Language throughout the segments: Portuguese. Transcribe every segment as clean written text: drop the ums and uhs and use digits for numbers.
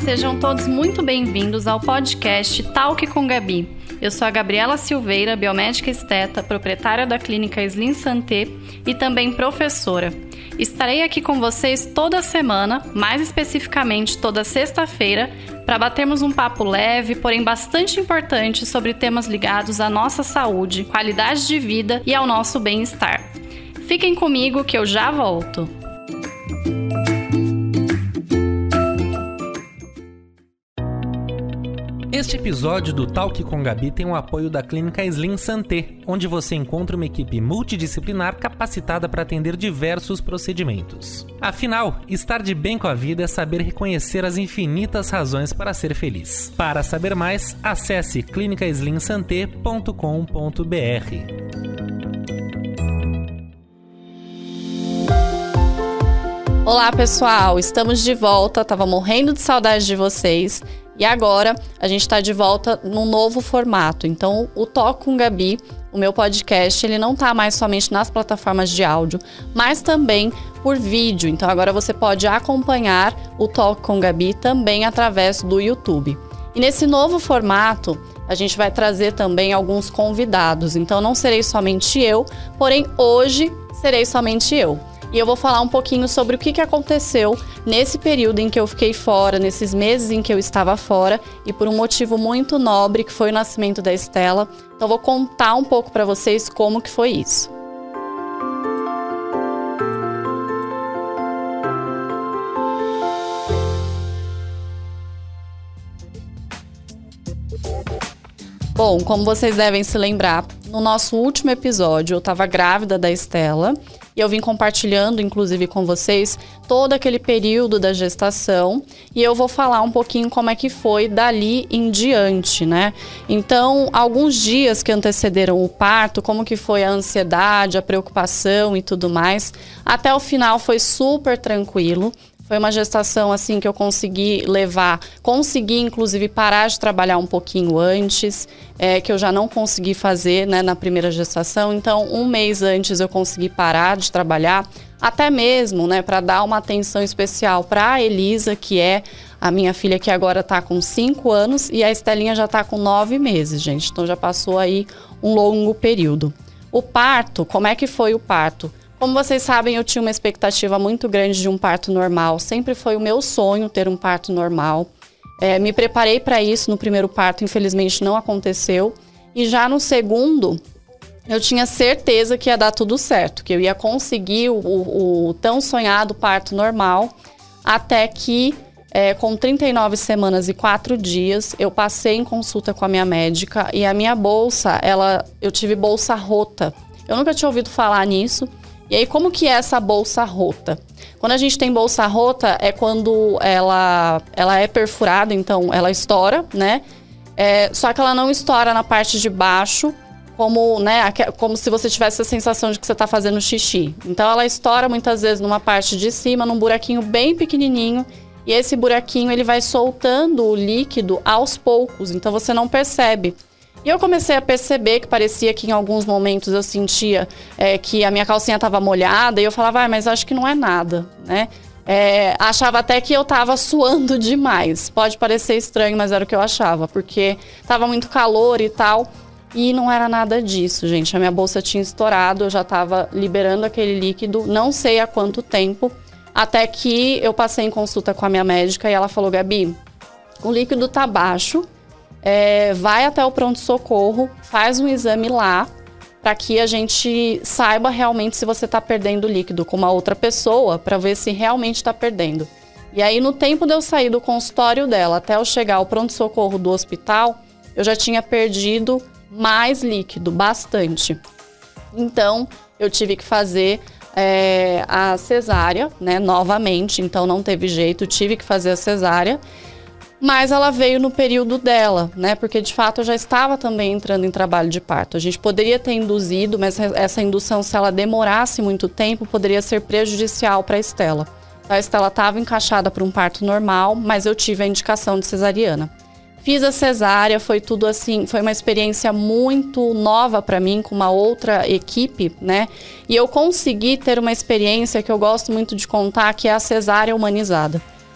sejam todos muito bem-vindos ao podcast Talk com Gabi. Eu sou a Gabriela Silveira, biomédica esteta, proprietária da clínica Slim Santé e também professora. Estarei aqui com vocês toda semana, mais especificamente toda sexta-feira, para batermos um papo leve, porém bastante importante sobre temas ligados à nossa saúde, qualidade de vida e ao nosso bem-estar. Fiquem comigo que eu já volto. Este episódio do Talk com Gabi tem o apoio da clínica Slim Santé, onde você encontra uma equipe multidisciplinar capacitada para atender diversos procedimentos. Afinal, estar de bem com a vida é saber reconhecer as infinitas razões para ser feliz. Para saber mais, acesse clinicaslimsanté.com.br. Olá pessoal, estamos de volta, tava morrendo de saudade de vocês. E agora a gente está de volta num novo formato. Então o Talk com Gabi, o meu podcast, ele não está mais somente nas plataformas de áudio, mas também por vídeo. Então agora você pode acompanhar o Talk com Gabi também através do YouTube. E nesse novo formato, a gente vai trazer também alguns convidados. Então não serei somente eu, porém hoje serei somente eu. E eu vou falar um pouquinho sobre o que aconteceu nesse período em que eu fiquei fora, nesses meses em que eu estava fora, e por um motivo muito nobre, que foi o nascimento da Estela. Então, eu vou contar um pouco para vocês como que foi isso. Bom, como vocês devem se lembrar, no nosso último episódio eu estava grávida da Estela e eu vim compartilhando, inclusive com vocês, todo aquele período da gestação e eu vou falar um pouquinho como é que foi dali em diante, né? Então, alguns dias que antecederam o parto, como que foi a ansiedade, a preocupação e tudo mais, até o final foi super tranquilo. Foi uma gestação assim que eu consegui inclusive parar de trabalhar um pouquinho antes, que eu já não consegui fazer, né, na primeira gestação. Então, um mês antes eu consegui parar de trabalhar, até mesmo, né, para dar uma atenção especial para a Elisa, que é a minha filha que agora está com 5 anos e a Estelinha já está com 9 meses, gente. Então já passou aí um longo período. O parto, como é que foi o parto? Como vocês sabem, eu tinha uma expectativa muito grande de um parto normal. Sempre foi o meu sonho ter um parto normal. Me preparei para isso no primeiro parto, infelizmente não aconteceu. E já no segundo, eu tinha certeza que ia dar tudo certo, que eu ia conseguir o tão sonhado parto normal. Até que, com 39 semanas e 4 dias, eu passei em consulta com a minha médica. E a minha bolsa, eu tive bolsa rota. Eu nunca tinha ouvido falar nisso. E aí, como que é essa bolsa rota? Quando a gente tem bolsa rota, é quando ela é perfurada, então ela estoura, né? Só que ela não estoura na parte de baixo, como se você tivesse a sensação de que você está fazendo xixi. Então, ela estoura muitas vezes numa parte de cima, num buraquinho bem pequenininho. E esse buraquinho, ele vai soltando o líquido aos poucos, então você não percebe. E eu comecei a perceber que parecia que em alguns momentos eu sentia que a minha calcinha estava molhada e eu falava, mas acho que não é nada, né? Achava até que eu estava suando demais. Pode parecer estranho, mas era o que eu achava, porque estava muito calor e tal. E não era nada disso, gente. A minha bolsa tinha estourado, eu já estava liberando aquele líquido, não sei há quanto tempo, até que eu passei em consulta com a minha médica e ela falou, Gabi, o líquido tá baixo. Vai até o pronto-socorro, faz um exame lá, para que a gente saiba realmente se você está perdendo líquido com uma outra pessoa, para ver se realmente está perdendo. E aí, no tempo de eu sair do consultório dela até eu chegar ao pronto-socorro do hospital, eu já tinha perdido mais líquido, bastante. Então, eu tive que fazer a cesárea, né, novamente, então não teve jeito, tive que fazer a cesárea. Mas ela veio no período dela, né? Porque, de fato, eu já estava também entrando em trabalho de parto. A gente poderia ter induzido, mas essa indução, se ela demorasse muito tempo, poderia ser prejudicial para a Estela. A Estela estava encaixada para um parto normal, mas eu tive a indicação de cesariana. Fiz a cesárea, foi tudo assim, foi uma experiência muito nova para mim, com uma outra equipe, né? E eu consegui ter uma experiência que eu gosto muito de contar, que é a cesárea humanizada.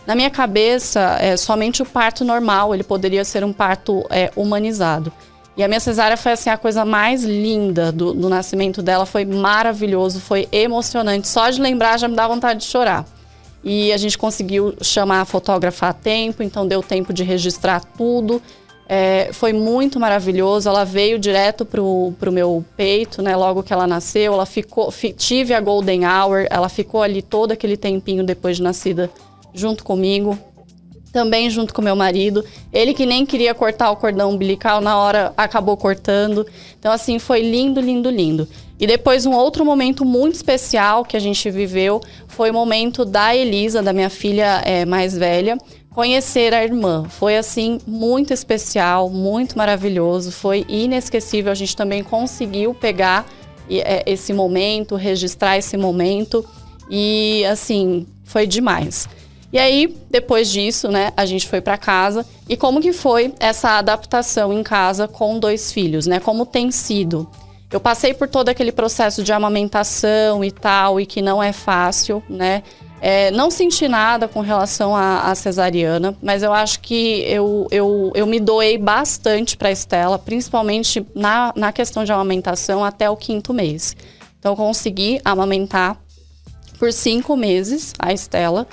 Na minha cabeça, somente o parto normal, ele poderia ser um parto humanizado. E a minha cesárea foi assim, a coisa mais linda do nascimento dela, foi maravilhoso, foi emocionante. Só de lembrar já me dá vontade de chorar. E a gente conseguiu chamar a fotógrafa a tempo, então deu tempo de registrar tudo. Foi muito maravilhoso, ela veio direto pro meu peito, né? Logo que ela nasceu, ela tive a golden hour, ela ficou ali todo aquele tempinho depois de nascida junto comigo. Também junto com meu marido. Ele que nem queria cortar o cordão umbilical, na hora acabou cortando. Então, assim, foi lindo, lindo, lindo. E depois, um outro momento muito especial que a gente viveu foi o momento da Elisa, da minha filha mais velha, conhecer a irmã. Foi, assim, muito especial, muito maravilhoso, foi inesquecível. A gente também conseguiu pegar esse momento, registrar esse momento e, assim, foi demais. E aí, depois disso, né, a gente foi para casa. E como que foi essa adaptação em casa com 2 filhos, né? Como tem sido? Eu passei por todo aquele processo de amamentação e tal, e que não é fácil, né? Não senti nada com relação à cesariana, mas eu acho que eu me doei bastante para a Estela, principalmente na questão de amamentação até o 5º mês. Então, eu consegui amamentar por 5 meses a Estela.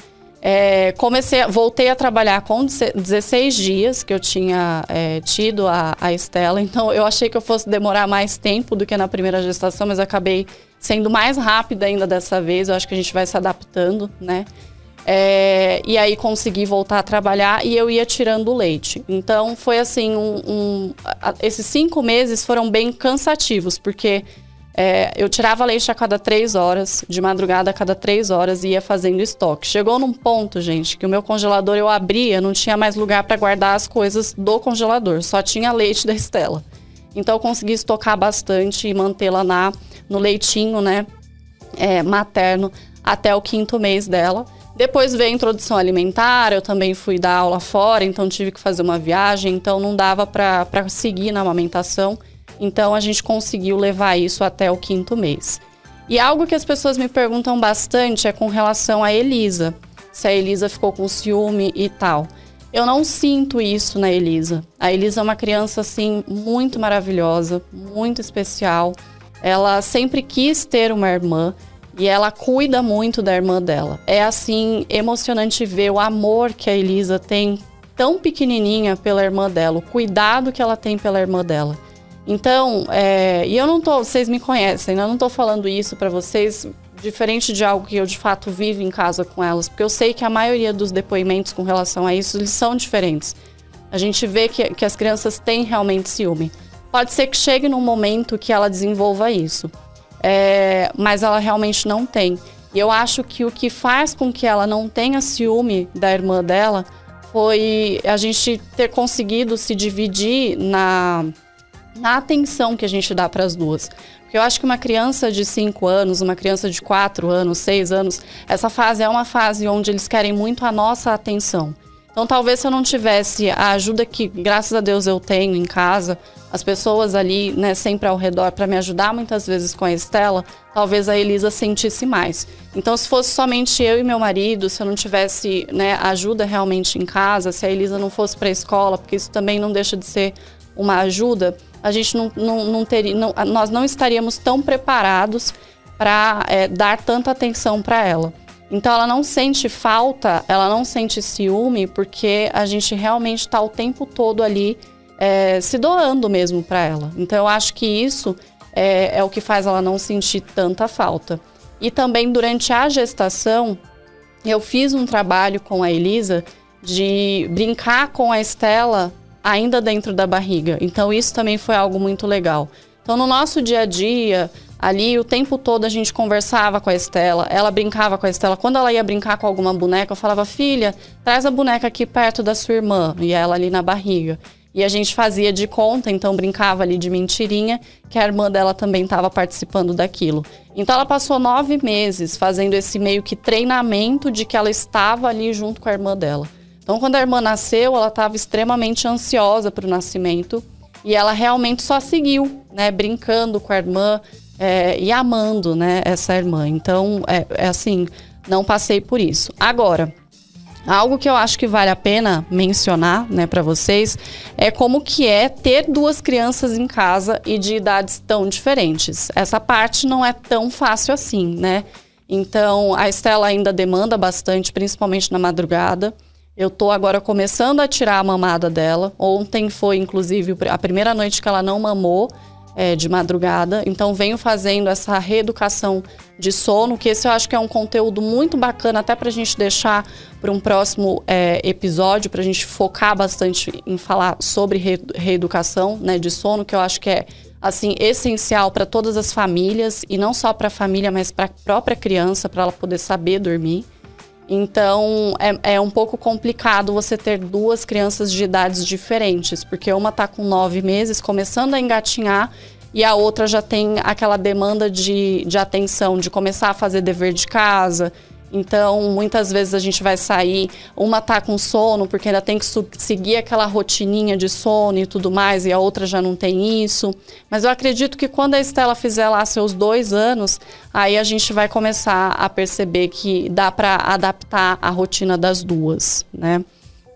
Voltei a trabalhar com 16 dias que eu tinha tido a Estela, então eu achei que eu fosse demorar mais tempo do que na primeira gestação, mas acabei sendo mais rápida ainda dessa vez. Eu acho que a gente vai se adaptando, né? E aí consegui voltar a trabalhar e eu ia tirando o leite. Então foi assim, esses 5 meses foram bem cansativos, porque eu tirava leite a cada 3 horas, de madrugada a cada 3 horas, e ia fazendo estoque. Chegou num ponto, gente, que o meu congelador eu abria, não tinha mais lugar para guardar as coisas do congelador, só tinha leite da Estela. Então eu consegui estocar bastante e mantê-la no leitinho, né, materno, até o 5º mês dela. Depois veio a introdução alimentar, eu também fui dar aula fora, então tive que fazer uma viagem, então não dava para seguir na amamentação. Então, a gente conseguiu levar isso até o 5º mês. E algo que as pessoas me perguntam bastante é com relação à Elisa. Se a Elisa ficou com ciúme e tal. Eu não sinto isso na Elisa. A Elisa é uma criança, assim, muito maravilhosa, muito especial. Ela sempre quis ter uma irmã e ela cuida muito da irmã dela. É, assim, emocionante ver o amor que a Elisa tem, tão pequenininha, pela irmã dela. O cuidado que ela tem pela irmã dela. Então, e eu não tô, vocês me conhecem, eu não tô falando isso pra vocês diferente de algo que eu de fato vivo em casa com elas, porque eu sei que a maioria dos depoimentos com relação a isso, eles são diferentes. A gente vê que as crianças têm realmente ciúme. Pode ser que chegue num momento que ela desenvolva isso, mas ela realmente não tem. E eu acho que o que faz com que ela não tenha ciúme da irmã dela foi a gente ter conseguido se dividir na atenção que a gente dá para as duas. Porque eu acho que uma criança de 5 anos, uma criança de 4 anos, 6 anos, essa fase é uma fase onde eles querem muito a nossa atenção. Então, talvez se eu não tivesse a ajuda que, graças a Deus, eu tenho em casa, as pessoas ali, né, sempre ao redor para me ajudar muitas vezes com a Estela, talvez a Elisa sentisse mais. Então, se fosse somente eu e meu marido, se eu não tivesse, né, ajuda realmente em casa, se a Elisa não fosse para a escola, porque isso também não deixa de ser uma ajuda, a gente nós não estaríamos tão preparados para dar tanta atenção para ela. Então, ela não sente falta, ela não sente ciúme, porque a gente realmente está o tempo todo ali se doando mesmo para ela. Então, eu acho que isso é o que faz ela não sentir tanta falta. E também, durante a gestação, eu fiz um trabalho com a Elisa de brincar com a Estela ainda dentro da barriga. Então, isso também foi algo muito legal. Então, no nosso dia a dia, ali, o tempo todo a gente conversava com a Estela, ela brincava com a Estela. Quando ela ia brincar com alguma boneca, eu falava, filha, traz a boneca aqui perto da sua irmã, e ela ali na barriga. E a gente fazia de conta, então brincava ali de mentirinha, que a irmã dela também estava participando daquilo. Então, ela passou 9 meses fazendo esse meio que treinamento de que ela estava ali junto com a irmã dela. Então, quando a irmã nasceu, ela estava extremamente ansiosa para o nascimento e ela realmente só seguiu, né, brincando com a irmã e amando, né, essa irmã. Então, assim, não passei por isso. Agora, Algo que eu acho que vale a pena mencionar, né, para vocês, é como que é ter 2 crianças em casa e de idades tão diferentes. Essa parte não é tão fácil assim, né? Então, a Estela ainda demanda bastante, principalmente na madrugada. Eu tô agora começando a tirar a mamada dela. Ontem foi, inclusive, a primeira noite que ela não mamou, de madrugada. Então, venho fazendo essa reeducação de sono, que esse eu acho que é um conteúdo muito bacana, até pra gente deixar para um próximo episódio, pra gente focar bastante em falar sobre reeducação, né, de sono, que eu acho que é, assim, essencial para todas as famílias, e não só para a família, mas para a própria criança, para ela poder saber dormir. Então, é um pouco complicado você ter 2 crianças de idades diferentes, porque uma está com 9 meses, começando a engatinhar, e a outra já tem aquela demanda de atenção, de começar a fazer dever de casa. Então, muitas vezes a gente vai sair, uma tá com sono, porque ainda tem que seguir aquela rotininha de sono e tudo mais, e a outra já não tem isso. Mas eu acredito que quando a Estela fizer lá seus 2 anos, aí a gente vai começar a perceber que dá para adaptar a rotina das 2, né?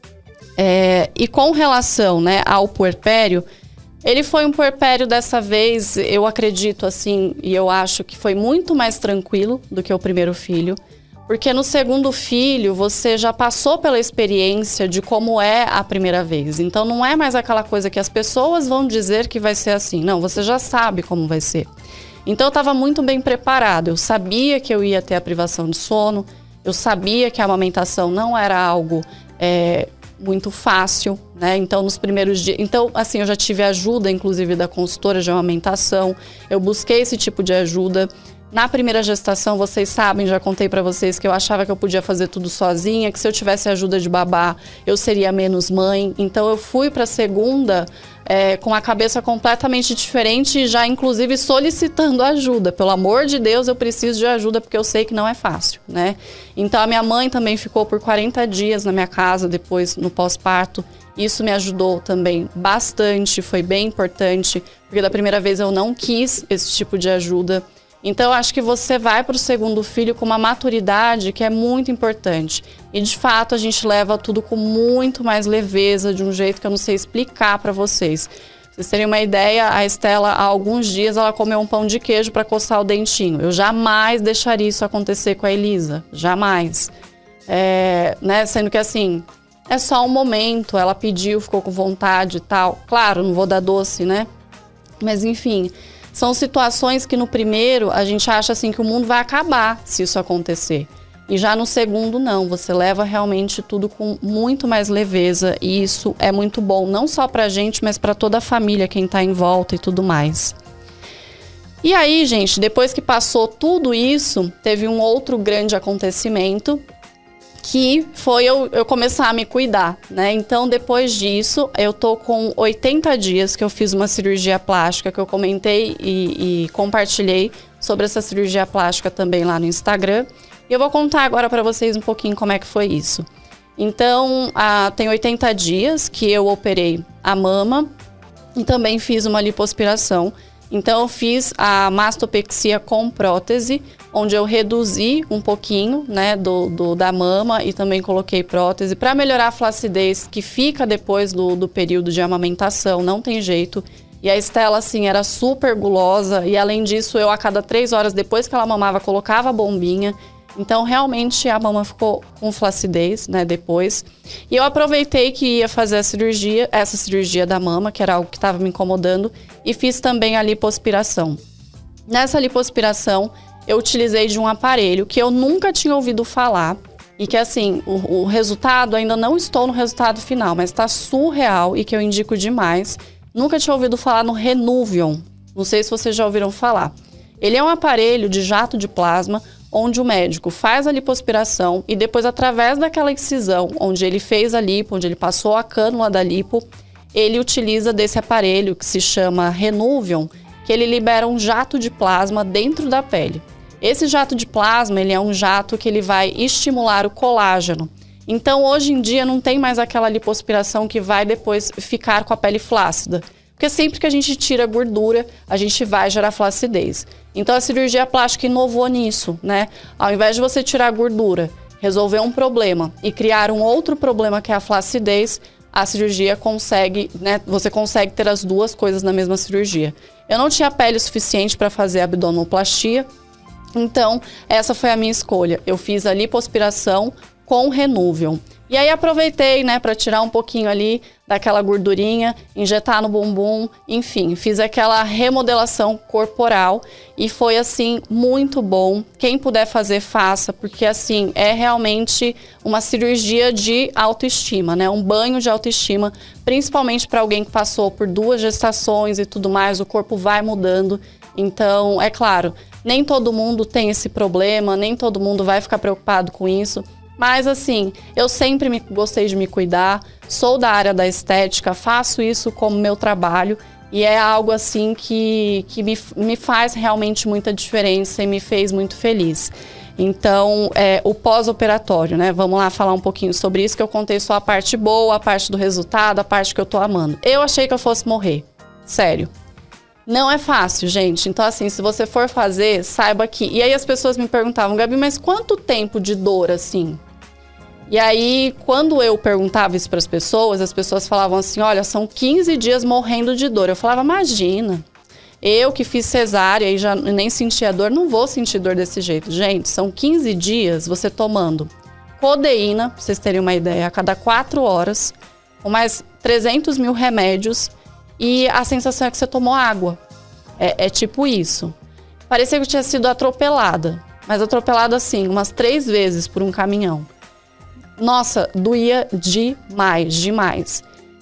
E com relação, né, ao puerpério, ele foi um puerpério dessa vez, eu acredito assim, e eu acho que foi muito mais tranquilo do que o primeiro filho. Porque no segundo filho, você já passou pela experiência de como é a primeira vez. Então, não é mais aquela coisa que as pessoas vão dizer que vai ser assim. Não, você já sabe como vai ser. Então, eu estava muito bem preparada. Eu sabia que eu ia ter a privação de sono. Eu sabia que a amamentação não era algo muito fácil, né? Então, nos primeiros dias... Então, assim, eu já tive ajuda, inclusive, da consultora de amamentação. Eu busquei esse tipo de ajuda. Na primeira gestação, vocês sabem, já contei pra vocês que eu achava que eu podia fazer tudo sozinha, que se eu tivesse ajuda de babá, eu seria menos mãe. Então, eu fui pra segunda com a cabeça completamente diferente e já, inclusive, solicitando ajuda. Pelo amor de Deus, eu preciso de ajuda, porque eu sei que não é fácil, né? Então, a minha mãe também ficou por 40 dias na minha casa, depois, no pós-parto. Isso me ajudou também bastante, foi bem importante, porque da primeira vez eu não quis esse tipo de ajuda. Então, eu acho que você vai para o segundo filho com uma maturidade que é muito importante. E, de fato, a gente leva tudo com muito mais leveza, de um jeito que eu não sei explicar para vocês. Pra vocês terem uma ideia, a Estela, há alguns dias, ela comeu um pão de queijo para coçar o dentinho. Eu jamais deixaria isso acontecer com a Elisa. Jamais. Né? Sendo que, assim, é só um momento. Ela pediu, ficou com vontade e tal. Claro, não vou dar doce, né? Mas, enfim... São situações que no primeiro a gente acha assim que o mundo vai acabar se isso acontecer. E já no segundo não, você leva realmente tudo com muito mais leveza e isso é muito bom, não só pra gente, mas pra toda a família, quem tá em volta e tudo mais. E aí, gente, depois que passou tudo isso, teve um outro grande acontecimento, que foi eu começar a me cuidar, né? Então, depois disso, eu tô com 80 dias que eu fiz uma cirurgia plástica, que eu comentei e compartilhei sobre essa cirurgia plástica também lá no Instagram. E eu vou contar agora para vocês um pouquinho como é que foi isso. Então, tem 80 dias que eu operei a mama e também fiz uma lipoaspiração. Então, eu fiz a mastopexia com prótese, onde eu reduzi um pouquinho, né, da mama e também coloquei prótese para melhorar a flacidez que fica depois do período de amamentação, não tem jeito. E a Estela, assim, era super gulosa e, além disso, eu a cada 3 horas depois que ela mamava, colocava a bombinha. Então, realmente, a mama ficou com flacidez, né, depois. E eu aproveitei que ia fazer essa cirurgia da mama, que era algo que estava me incomodando, e fiz também a lipoaspiração. Nessa lipoaspiração, eu utilizei de um aparelho que eu nunca tinha ouvido falar, e que, assim, o resultado, ainda não estou no resultado final, mas está surreal e que eu indico demais. Nunca tinha ouvido falar no Renuvion, não sei se vocês já ouviram falar. Ele é um aparelho de jato de plasma, onde o médico faz a lipoaspiração e depois, através daquela incisão, onde ele fez a lipo, onde ele passou a cânula da lipo, ele utiliza desse aparelho que se chama Renuvion, que ele libera um jato de plasma dentro da pele. Esse jato de plasma, ele é um jato que ele vai estimular o colágeno. Então, hoje em dia, não tem mais aquela lipoaspiração que vai depois ficar com a pele flácida. Porque sempre que a gente tira gordura, a gente vai gerar flacidez. Então, a cirurgia plástica inovou nisso, né? Ao invés de você tirar gordura resolver um problema e criar um outro problema que é a flacidez, a cirurgia consegue, né? Você consegue ter as duas coisas na mesma cirurgia. Eu não tinha pele suficiente para fazer abdominoplastia, então essa foi a minha escolha. Eu fiz a lipoaspiração com Renuvion. E aí aproveitei, né, para tirar um pouquinho ali daquela gordurinha, injetar no bumbum, enfim, fiz aquela remodelação corporal e foi assim muito bom. Quem puder fazer, faça, porque assim é realmente uma cirurgia de autoestima, né? Um banho de autoestima, principalmente para alguém que passou por 2 gestações e tudo mais, o corpo vai mudando. Então, é claro, nem todo mundo tem esse problema, nem todo mundo vai ficar preocupado com isso. Mas assim, eu sempre gostei de me cuidar, sou da área da estética, faço isso como meu trabalho e é algo assim que me faz realmente muita diferença e me fez muito feliz. Então, o pós-operatório, né? Vamos lá falar um pouquinho sobre isso, que eu contei só a parte boa, a parte do resultado, a parte que eu tô amando. Eu achei que eu fosse morrer, sério. Não é fácil, gente. Então, assim, se você for fazer, saiba que... E aí as pessoas me perguntavam, Gabi, mas quanto tempo de dor, assim? E aí, quando eu perguntava isso para as pessoas falavam assim, olha, são 15 dias morrendo de dor. Eu falava, imagina, eu que fiz cesárea e já nem sentia dor, não vou sentir dor desse jeito. Gente, são 15 dias você tomando codeína, pra vocês terem uma ideia, a cada 4 horas, com mais 300 mil remédios, e a sensação é que você tomou água. É tipo isso. Parecia que eu tinha sido atropelada, mas atropelada assim, umas 3 vezes por um caminhão. Nossa, doía demais.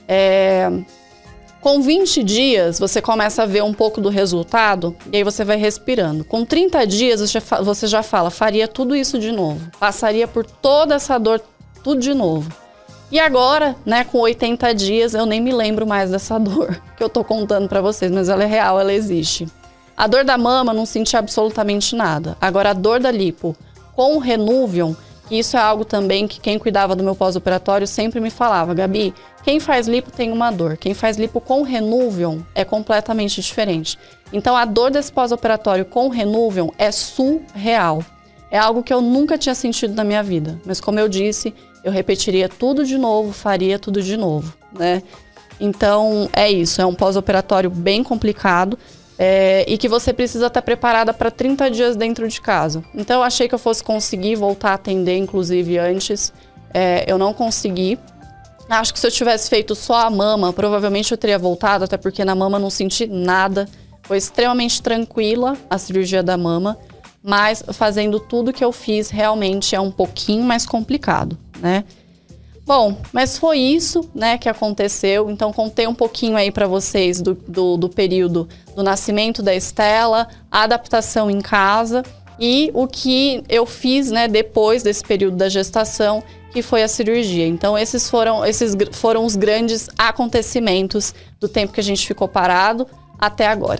Com 20 dias, você começa a ver um pouco do resultado e aí você vai respirando. Com 30 dias, você já fala, faria tudo isso de novo. Passaria por toda essa dor, tudo de novo. E agora, né, com 80 dias, eu nem me lembro mais dessa dor que eu tô contando pra vocês, mas ela é real, ela existe. A dor da mama, não senti absolutamente nada. Agora, a dor da lipo com o Renuvion, isso é algo também que quem cuidava do meu pós-operatório sempre me falava, Gabi, quem faz lipo tem uma dor, quem faz lipo com Renuvion é completamente diferente. Então a dor desse pós-operatório com Renuvion é surreal. É algo que eu nunca tinha sentido na minha vida, mas como eu disse, eu repetiria tudo de novo, faria tudo de novo, né? Então é isso, é um pós-operatório bem complicado. E que você precisa estar preparada para 30 dias dentro de casa. Então eu achei que eu fosse conseguir voltar a atender, inclusive antes. Eu não consegui. Acho que se eu tivesse feito só a mama, provavelmente eu teria voltado, até porque na mama eu não senti nada. Foi extremamente tranquila a cirurgia da mama, mas fazendo tudo que eu fiz realmente é um pouquinho mais complicado, né? Bom, mas foi isso, né, que aconteceu. Então, contei um pouquinho aí para vocês do período do nascimento da Estela, a adaptação em casa e o que eu fiz, né, depois desse período da gestação, que foi a cirurgia. Então, esses foram os grandes acontecimentos do tempo que a gente ficou parado até agora.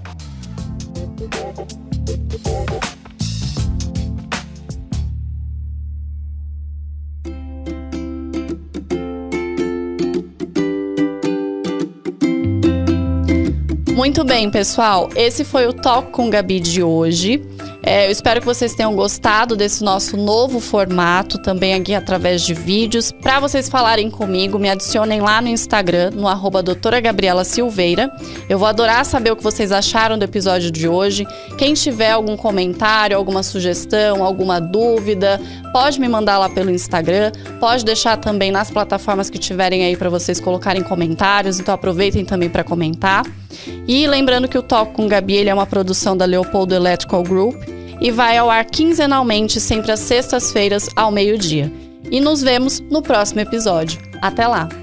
Muito bem, pessoal. Esse foi o Talk com Gabi de hoje. Eu espero que vocês tenham gostado desse nosso novo formato, também aqui através de vídeos. Para vocês falarem comigo, me adicionem lá no Instagram, no @doutora-Gabriela-Silveira. Eu vou adorar saber o que vocês acharam do episódio de hoje. Quem tiver algum comentário, alguma sugestão, alguma dúvida, pode me mandar lá pelo Instagram. Pode deixar também nas plataformas que tiverem aí para vocês colocarem comentários. Então aproveitem também para comentar. E lembrando que o Talk com Gabi ele é uma produção da Leopoldo Electrical Group e vai ao ar quinzenalmente, sempre às sextas-feiras, ao meio-dia. E nos vemos no próximo episódio. Até lá!